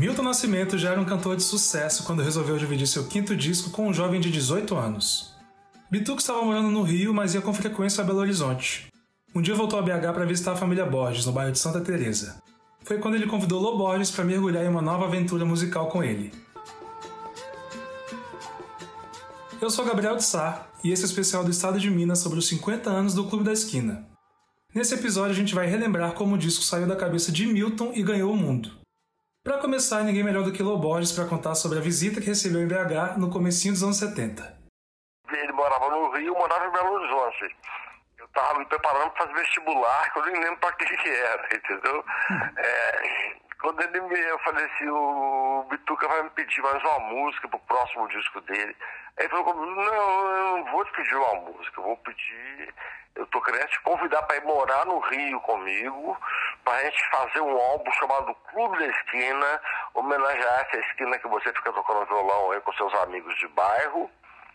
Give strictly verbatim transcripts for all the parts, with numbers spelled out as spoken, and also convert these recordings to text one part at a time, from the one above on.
Milton Nascimento já era um cantor de sucesso quando resolveu dividir seu quinto disco com um jovem de dezoito anos. Bituca estava morando no Rio, mas ia com frequência a Belo Horizonte. Um dia voltou a B H para visitar a família Borges, no bairro de Santa Teresa. Foi quando ele convidou Lô Borges para mergulhar em uma nova aventura musical com ele. Eu sou Gabriel de Sá, e esse é o especial do Estado de Minas sobre os cinquenta anos do Clube da Esquina. Nesse episódio a gente vai relembrar como o disco saiu da cabeça de Milton e ganhou o mundo. Para começar, ninguém melhor do que Lô Borges para contar sobre a visita que recebeu em B H no comecinho dos anos setenta. Ele morava no Rio, morava em Belo Horizonte. Eu estava me preparando para fazer vestibular, que eu nem lembro para que que era, entendeu? É, quando ele me, eu falei assim, o Bituca vai me pedir mais uma música pro próximo disco dele. Aí ele falou, não, eu não vou te pedir uma música, eu vou pedir, eu tô querendo te convidar para ir morar no Rio comigo, para a gente fazer um álbum chamado Clube da Esquina, homenagear essa esquina que você fica tocando violão aí com seus amigos de bairro.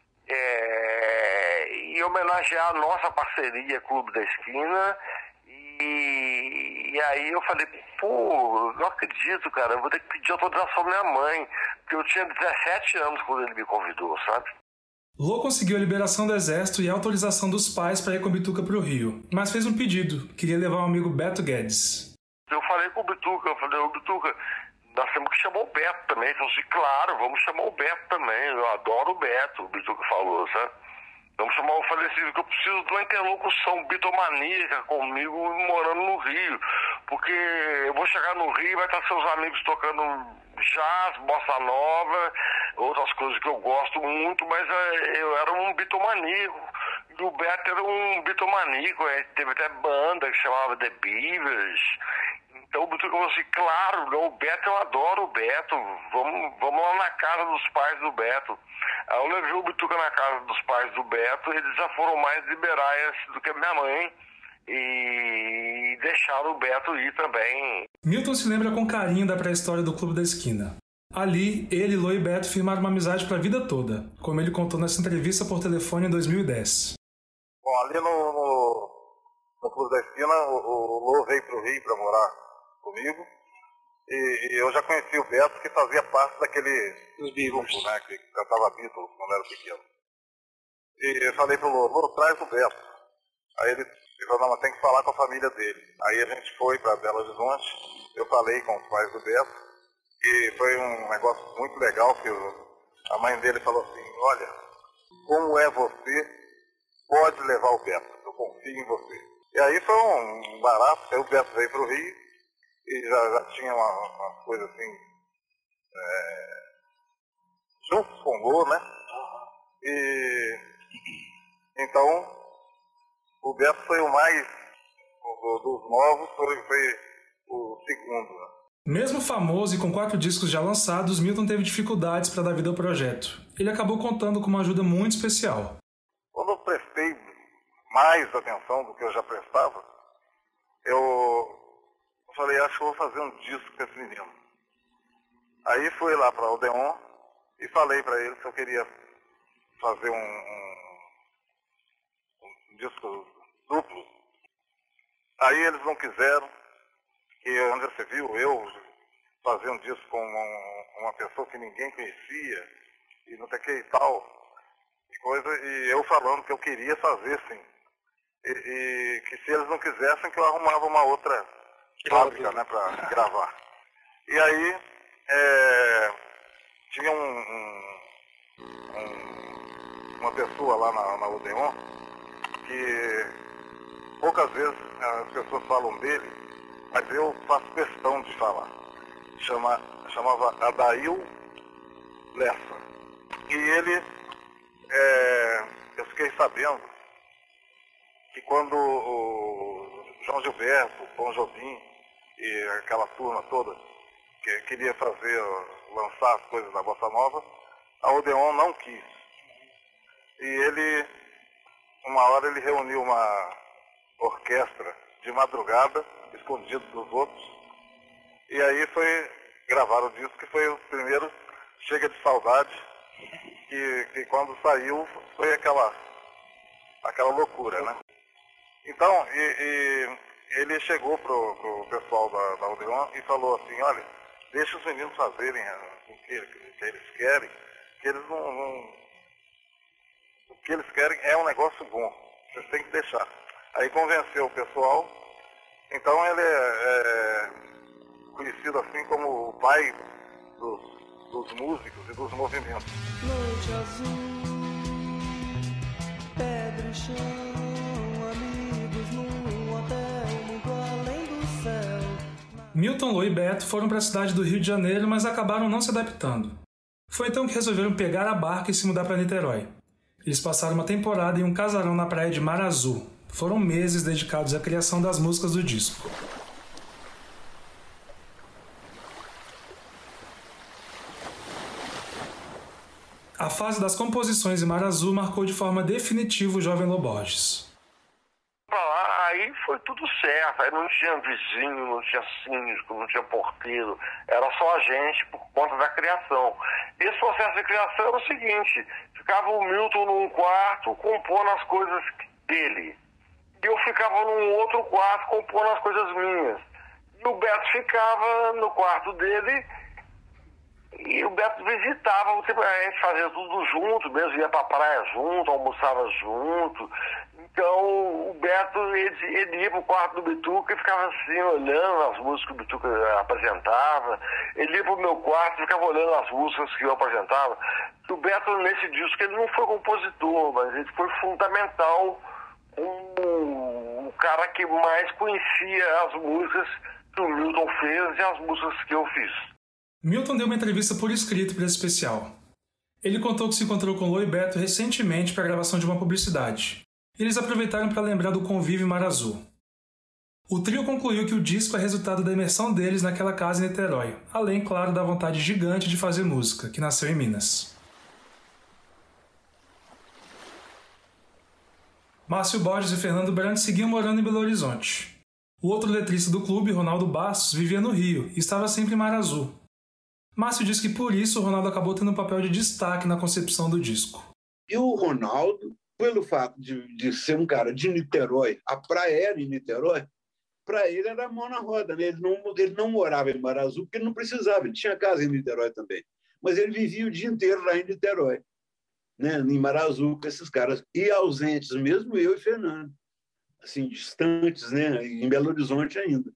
É, e homenagear a nossa parceria Clube da Esquina. E, e aí eu falei, pô, não acredito, cara, eu vou ter que pedir autorização da minha mãe, porque eu tinha dezessete anos quando ele me convidou, sabe? Lô conseguiu a liberação do exército e a autorização dos pais para ir com o Bituca para o Rio, mas fez um pedido, queria levar o amigo Beto Guedes. Eu falei com o Bituca, eu falei, ô Bituca, nós temos que chamar o Beto também. Ele falou assim, claro, vamos chamar o Beto também, eu adoro o Beto, o Bituca falou, sabe? Vamos chamar o falecido, que eu preciso de uma interlocução bitomaníaca comigo morando no Rio, porque eu vou chegar no Rio e vai estar seus amigos tocando jazz, bossa nova, outras coisas que eu gosto muito, mas eu era um bitomaníaco, e o Beto era um bitomaníaco, teve até banda que chamava The Beavers. Então o Bituca falou assim, claro, não, o Beto, eu adoro o Beto, vamos, vamos lá na casa dos pais do Beto. Aí eu levei o Bituca na casa dos pais do Beto, eles já foram mais liberais do que minha mãe e deixaram o Beto ir também. Milton se lembra com carinho da pré-história do Clube da Esquina. Ali, ele, Lô e Beto firmaram uma amizade para a vida toda, como ele contou nessa entrevista por telefone em dois mil e dez. Bom, ali no, no, no Clube da Esquina, o, o Lô veio para o Rio para morar comigo. E, e eu já conheci o Beto, que fazia parte daquele grupo, né, que cantava Beatles quando era pequeno. E eu falei pro Lô, Lô, traz o Beto. Aí ele, ele falou, não, mas tem que falar com a família dele. Aí a gente foi para Belo Horizonte, eu falei com os pais do Beto, e foi um negócio muito legal, que eu, a mãe dele falou assim, olha, como é você, pode levar o Beto, eu confio em você. E aí foi um barato, aí o Beto veio pro Rio, e já, já tinha uma, uma coisa assim, é, juntos com o Lô, né? E então o Beto foi o mais, o, dos novos, foi, foi o segundo. Né? Mesmo famoso e com quatro discos já lançados, Milton teve dificuldades para dar vida ao projeto. Ele acabou contando com uma ajuda muito especial. Quando eu prestei mais atenção do que eu já prestava, eu Eu falei, acho que eu vou fazer um disco com esse menino. Aí fui lá para o Odeon e falei para ele que eu queria fazer um, um, um disco duplo. Aí eles não quiseram, que onde você viu, eu fazer um disco com uma, uma pessoa que ninguém conhecia, e não sei o que e tal, e coisa, e eu falando que eu queria fazer sim. E, e que se eles não quisessem, que eu arrumava uma outra fábrica, né, para gravar. E aí é, tinha um, um, um, uma pessoa lá na, na Odeon que poucas vezes as pessoas falam dele, mas eu faço questão de falar. Chama, chamava Adail Lessa. E ele, é, eu fiquei sabendo que quando o João Gilberto, o Tom Jobim e aquela turma toda que queria fazer, lançar as coisas da Bossa Nova, a Odeon não quis. E ele, uma hora ele reuniu uma orquestra de madrugada, escondido dos outros, e aí foi gravar o disco, que foi o primeiro Chega de Saudade, que, que quando saiu foi aquela, aquela loucura, né? Então, e, e ele chegou pro, pro pessoal da, da Odeon e falou assim, olha, deixa os meninos fazerem o que, que eles querem, que eles não, não... O que eles querem é um negócio bom, vocês têm que deixar. Aí convenceu o pessoal, então ele é, é conhecido assim como o pai dos, dos músicos e dos movimentos. Noite azul, pedra e chão, amigos num hotel muito além do céu. Milton, Lô e Beto foram para a cidade do Rio de Janeiro, mas acabaram não se adaptando. Foi então que resolveram pegar a barca e se mudar para Niterói. Eles passaram uma temporada em um casarão na praia de Mar Azul. Foram meses dedicados à criação das músicas do disco. A fase das composições em Mar Azul marcou de forma definitiva o jovem Lô Borges. Pra lá, aí foi tudo certo, aí não tinha vizinho, não tinha síndico, não tinha porteiro, era só a gente por conta da criação. Esse processo de criação era o seguinte, ficava o Milton num quarto compondo as coisas dele, e eu ficava num outro quarto compondo as coisas minhas, e o Beto ficava no quarto dele, e o Beto visitava, a gente fazia tudo junto, mesmo ia pra praia junto, almoçava junto. Então o Beto, ele, ele ia pro quarto do Bituca e ficava assim, olhando as músicas que o Bituca apresentava. Ele ia pro meu quarto e ficava olhando as músicas que eu apresentava. O Beto, nesse disco, ele não foi compositor, mas ele foi fundamental, um, o cara que mais conhecia as músicas que o Milton fez e as músicas que eu fiz. Milton deu uma entrevista por escrito para esse especial. Ele contou que se encontrou com Lô e Beto recentemente para a gravação de uma publicidade. E eles aproveitaram para lembrar do convívio em Mar Azul. O trio concluiu que o disco é resultado da imersão deles naquela casa em Niterói, além, claro, da vontade gigante de fazer música, que nasceu em Minas. Márcio Borges e Fernando Brant seguiam morando em Belo Horizonte. O outro letrista do clube, Ronaldo Bastos, vivia no Rio e estava sempre em Mar Azul. Márcio diz que por isso o Ronaldo acabou tendo um papel de destaque na concepção do disco. E o Ronaldo, pelo fato de, de ser um cara de Niterói, a praia era em Niterói, para ele era mão na roda, né? Ele não, ele não morava em Mar Azul porque ele não precisava, ele tinha casa em Niterói também. Mas ele vivia o dia inteiro lá em Niterói, né? Em Mar Azul com esses caras. E ausentes mesmo, eu e Fernando, assim, distantes, né? Em Belo Horizonte ainda.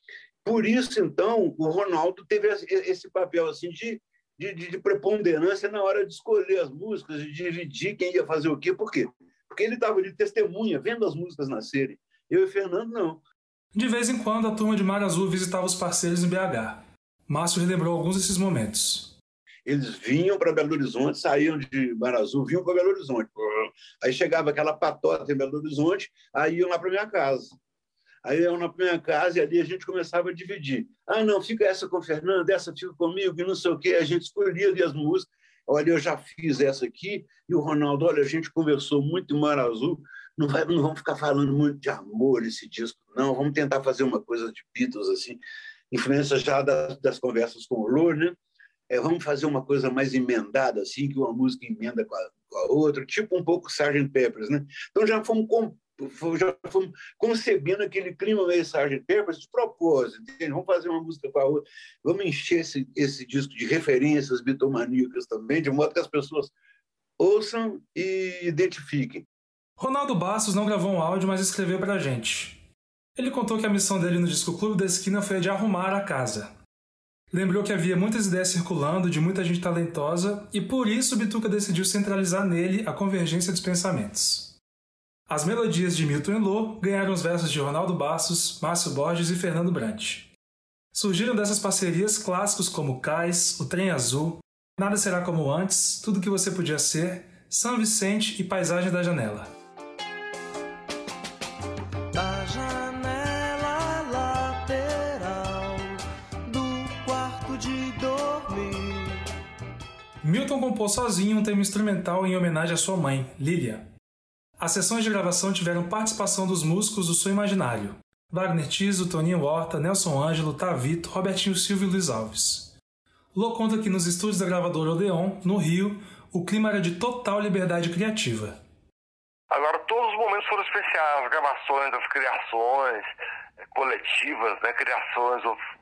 Por isso, então, o Ronaldo teve esse papel assim, de, de, de preponderância na hora de escolher as músicas, de dividir quem ia fazer o quê. Por quê? Porque ele estava de testemunha, vendo as músicas nascerem. Eu e Fernando, não. De vez em quando, a turma de Mar Azul visitava os parceiros em B H. Márcio relembrou alguns desses momentos. Eles vinham para Belo Horizonte, saíam de Mar Azul, vinham para Belo Horizonte. Aí chegava aquela patota em Belo Horizonte, aí iam lá para minha casa. Aí eu na minha casa e ali a gente começava a dividir. Ah, não, fica essa com o Fernando, essa fica comigo, e não sei o quê. A gente escolhia ali as músicas. Olha, eu já fiz essa aqui, e o Ronaldo, olha, a gente conversou muito em Mar Azul, não, vai, não vamos ficar falando muito de amor nesse disco, não, vamos tentar fazer uma coisa de Beatles, assim, influência já das, das conversas com o Lô, né? É, vamos fazer uma coisa mais emendada, assim, que uma música emenda com a, com a outra, tipo um pouco sargento Peppers, né? Então já fomos com já fomos concebendo aquele clima meio sargento Peppers de propósito, entende? Vamos fazer uma música com a outra, vamos encher esse, esse disco de referências bitomaníacas também, de modo que as pessoas ouçam e identifiquem. Ronaldo Bastos não gravou um áudio, mas escreveu pra gente. Ele contou que a missão dele no Disco Clube da Esquina foi a de arrumar a casa. Lembrou que havia muitas ideias circulando, de muita gente talentosa, e por isso o Bituca decidiu centralizar nele a convergência dos pensamentos. As melodias de Milton e Lô ganharam os versos de Ronaldo Bastos, Márcio Borges e Fernando Brant. Surgiram dessas parcerias clássicos como Cais, O Trem Azul, Nada Será Como Antes, Tudo Que Você Podia Ser, São Vicente e Paisagem da Janela. Da janela lateral do quarto de dormir. Milton compôs sozinho um tema instrumental em homenagem à sua mãe, Lília. As sessões de gravação tiveram participação dos músicos do Som Imaginário, Wagner Tiso, Toninho Horta, Nelson Ângelo, Tavito, Robertinho Silva e Luiz Alves. Lô conta que nos estúdios da gravadora Odeon, no Rio, o clima era de total liberdade criativa. Agora, todos os momentos foram especiais, as gravações, as criações coletivas, né, criações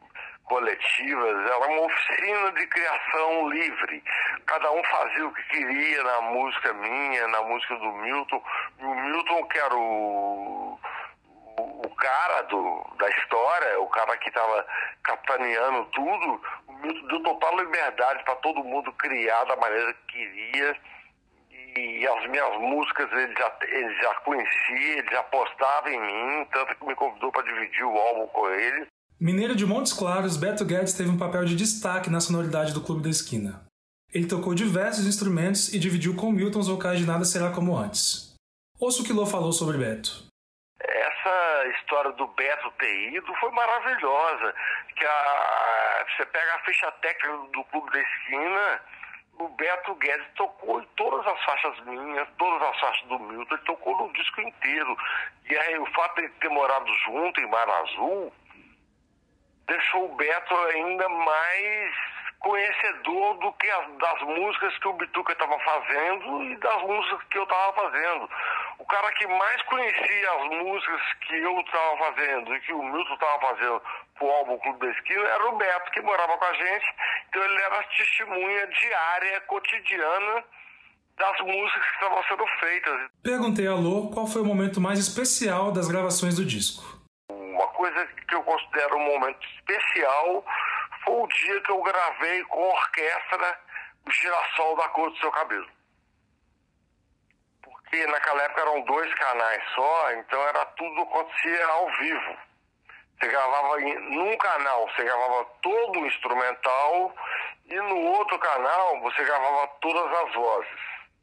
coletivas, era uma oficina de criação livre. Cada um fazia o que queria na música minha, na música do Milton. E o Milton, que era o, o, o cara do, da história, o cara que estava capitaneando tudo, o Milton deu total liberdade para todo mundo criar da maneira que queria. E as minhas músicas ele já, ele já conhecia, ele já postava em mim, tanto que me convidou para dividir o álbum com ele. Mineiro de Montes Claros, Beto Guedes teve um papel de destaque na sonoridade do Clube da Esquina. Ele tocou diversos instrumentos e dividiu com Milton os vocais de Nada Será Como Antes. Ouça o que Lô falou sobre Beto. Essa história do Beto ter ido foi maravilhosa. Que a, você pega a ficha técnica do Clube da Esquina, o Beto Guedes tocou em todas as faixas minhas, todas as faixas do Milton, ele tocou no disco inteiro. E aí o fato de ter morado junto em Mar Azul deixou o Beto ainda mais conhecedor do que as, das músicas que o Bituca estava fazendo e das músicas que eu estava fazendo. O cara que mais conhecia as músicas que eu estava fazendo e que o Milton estava fazendo pro álbum Clube da Esquina era o Beto, que morava com a gente. Então ele era testemunha diária, cotidiana, das músicas que estavam sendo feitas. Perguntei a Lô qual foi o momento mais especial das gravações do disco. Uma coisa que eu considero um momento especial foi o dia que eu gravei com a orquestra o Girassol da Cor do Seu Cabelo. Porque naquela época eram dois canais só, então era tudo acontecia ao vivo. Você gravava em, num canal, você gravava todo o instrumental e no outro canal você gravava todas as vozes.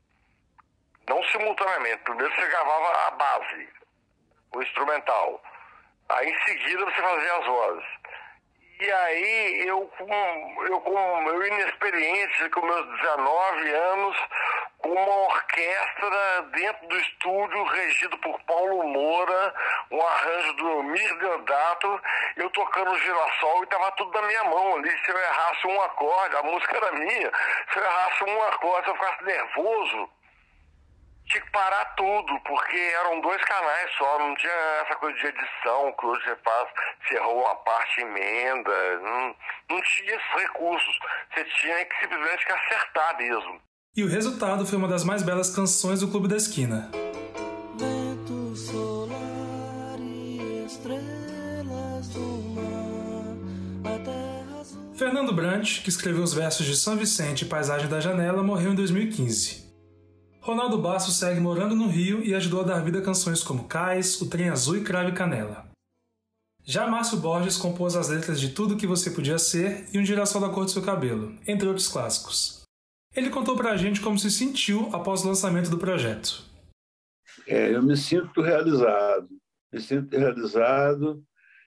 Não simultaneamente. Primeiro você gravava a base, o instrumental. Aí em seguida você fazia as vozes. E aí eu com, eu com meu inexperiente, com meus dezenove anos, com uma orquestra dentro do estúdio, regido por Paulo Moura, um arranjo do Elmir Deodato, eu tocando o Girassol e estava tudo na minha mão ali. Se eu errasse um acorde, a música era minha, se eu errasse um acorde, se eu ficasse nervoso, tinha que parar tudo, porque eram dois canais só, não tinha essa coisa de edição que hoje você faz, você errou uma parte, emenda, não, não tinha esses recursos, você tinha que simplesmente que acertar mesmo. E o resultado foi uma das mais belas canções do Clube da Esquina. Vento solar e estrelas do mar, a terra azul. Fernando Brant, que escreveu os versos de São Vicente e Paisagem da Janela, morreu em dois mil e quinze. Ronaldo Bastos segue morando no Rio e ajudou a dar vida a canções como Cais, O Trem Azul e Cravo e Canela. Já Márcio Borges compôs as letras de Tudo Que Você Podia Ser e Um Girassol da Cor do Seu Cabelo, entre outros clássicos. Ele contou pra gente como se sentiu após o lançamento do projeto. É, eu me sinto realizado, me sinto realizado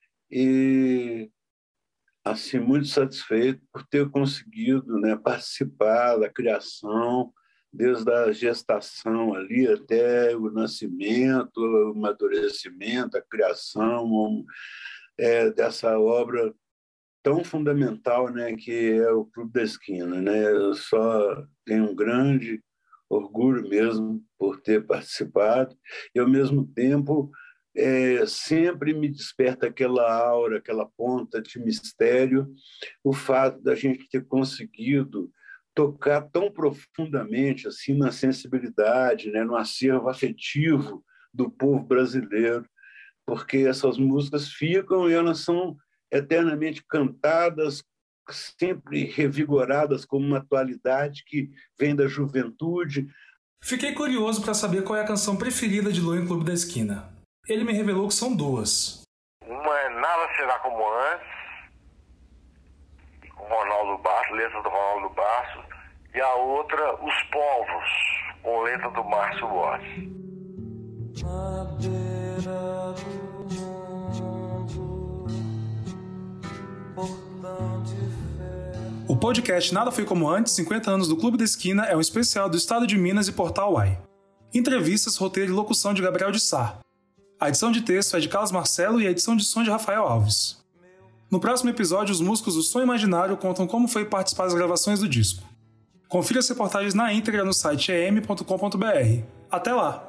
e assim, muito satisfeito por ter conseguido, né, participar da criação, desde a gestação ali até o nascimento, o amadurecimento, a criação é, dessa obra tão fundamental, né, que é o Clube da Esquina, né? Eu só tenho um grande orgulho mesmo por ter participado e, ao mesmo tempo, é, sempre me desperta aquela aura, aquela ponta de mistério, o fato da gente ter conseguido tocar tão profundamente assim na sensibilidade, né, no acervo afetivo do povo brasileiro, porque essas músicas ficam e elas são eternamente cantadas, sempre revigoradas como uma atualidade que vem da juventude. Fiquei curioso para saber qual é a canção preferida de Lô em Clube da Esquina. Ele me revelou que são duas. Uma é Nada Será Como Antes, com Ronaldo Bastos, letra do Ronaldo Bastos, e a outra, Os Povos, com letra do Márcio Borges. Na beira do mundo, portão de ferro. O podcast Nada Foi Como Antes, cinquenta anos do Clube da Esquina é um especial do Estado de Minas e Portal Uai. Entrevistas, roteiro e locução de Gabriel de Sá. A edição de texto é de Carlos Marcelo e a edição de som de Rafael Alves. No próximo episódio, os músicos do Som Imaginário contam como foi participar das gravações do disco. Confira as reportagens na íntegra no site e m ponto com ponto b r. Até lá!